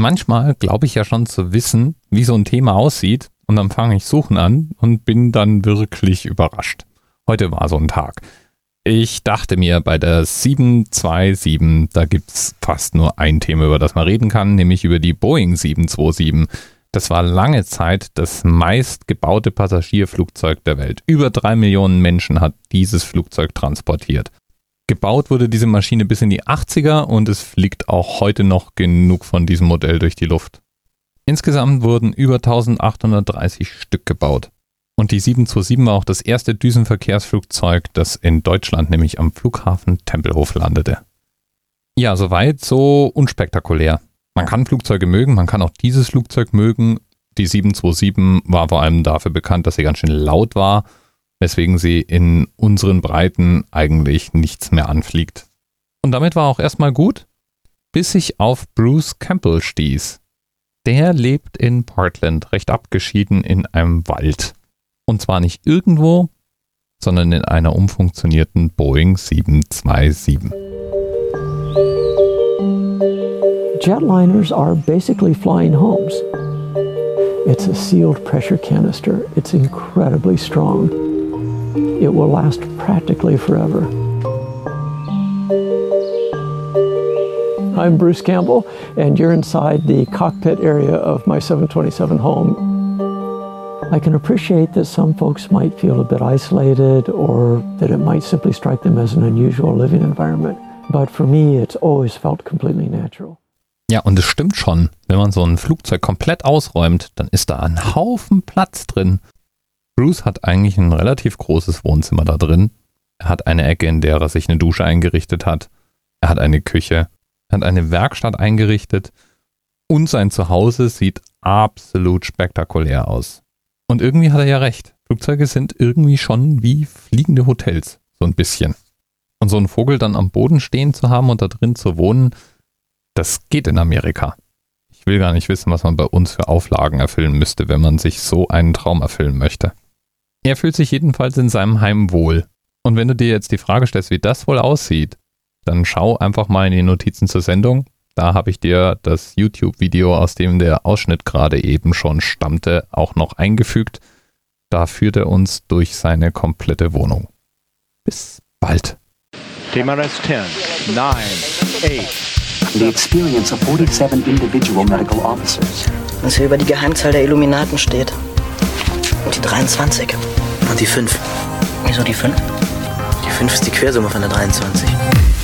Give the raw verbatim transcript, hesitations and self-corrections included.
manchmal glaube ich ja schon zu wissen, wie so ein Thema aussieht und dann fange ich suchen an und bin dann wirklich überrascht. Heute war so ein Tag. Ich dachte mir, bei der sieben zwei sieben, da gibt es fast nur ein Thema, über das man reden kann, nämlich über die Boeing sieben zwei sieben. Das war lange Zeit das meistgebaute Passagierflugzeug der Welt. Über drei Millionen Menschen hat dieses Flugzeug transportiert. Gebaut wurde diese Maschine bis in die achtziger und es fliegt auch heute noch genug von diesem Modell durch die Luft. Insgesamt wurden über eintausendachthundertdreißig Stück gebaut. Und die sieben zwei sieben war auch das erste Düsenverkehrsflugzeug, das in Deutschland nämlich am Flughafen Tempelhof landete. Ja, soweit, so unspektakulär. Man kann Flugzeuge mögen, man kann auch dieses Flugzeug mögen. Die sieben zwei sieben war vor allem dafür bekannt, dass sie ganz schön laut war, weswegen sie in unseren Breiten eigentlich nichts mehr anfliegt. Und damit war auch erstmal gut, bis ich auf Bruce Campbell stieß. Der lebt in Portland, recht abgeschieden in einem Wald. Und zwar nicht irgendwo, sondern in einer umfunktionierten Boeing sieben zwei sieben. Jetliners are basically flying homes. It's a sealed pressure canister. It's incredibly strong. It will last practically forever. I'm Bruce Campbell, and you're inside the cockpit area of my seven twenty-seven home. I can appreciate that some folks might feel a bit isolated or that it might simply strike them as an unusual living environment. But for me, it's always felt completely natural. Ja, und es stimmt schon, wenn man so ein Flugzeug komplett ausräumt, dann ist da ein Haufen Platz drin. Bruce hat eigentlich ein relativ großes Wohnzimmer da drin. Er hat eine Ecke, in der er sich eine Dusche eingerichtet hat. Er hat eine Küche, er hat eine Werkstatt eingerichtet und sein Zuhause sieht absolut spektakulär aus. Und irgendwie hat er ja recht. Flugzeuge sind irgendwie schon wie fliegende Hotels, so ein bisschen. Und so einen Vogel dann am Boden stehen zu haben und da drin zu wohnen, das geht in Amerika. Ich will gar nicht wissen, was man bei uns für Auflagen erfüllen müsste, wenn man sich so einen Traum erfüllen möchte. Er fühlt sich jedenfalls in seinem Heim wohl. Und wenn du dir jetzt die Frage stellst, wie das wohl aussieht, dann schau einfach mal in die Notizen zur Sendung. Da habe ich dir das YouTube-Video, aus dem der Ausschnitt gerade eben schon stammte, auch noch eingefügt. Da führt er uns durch seine komplette Wohnung. Bis bald. T-minus ten, nine, eight. The experience of forty-seven individual medical officers. Was hier über die Geheimzahl der Illuminaten steht. Und die dreiundzwanzig. Und die fünf. Wieso die fünf? Die fünf ist die Quersumme von der dreiundzwanzig.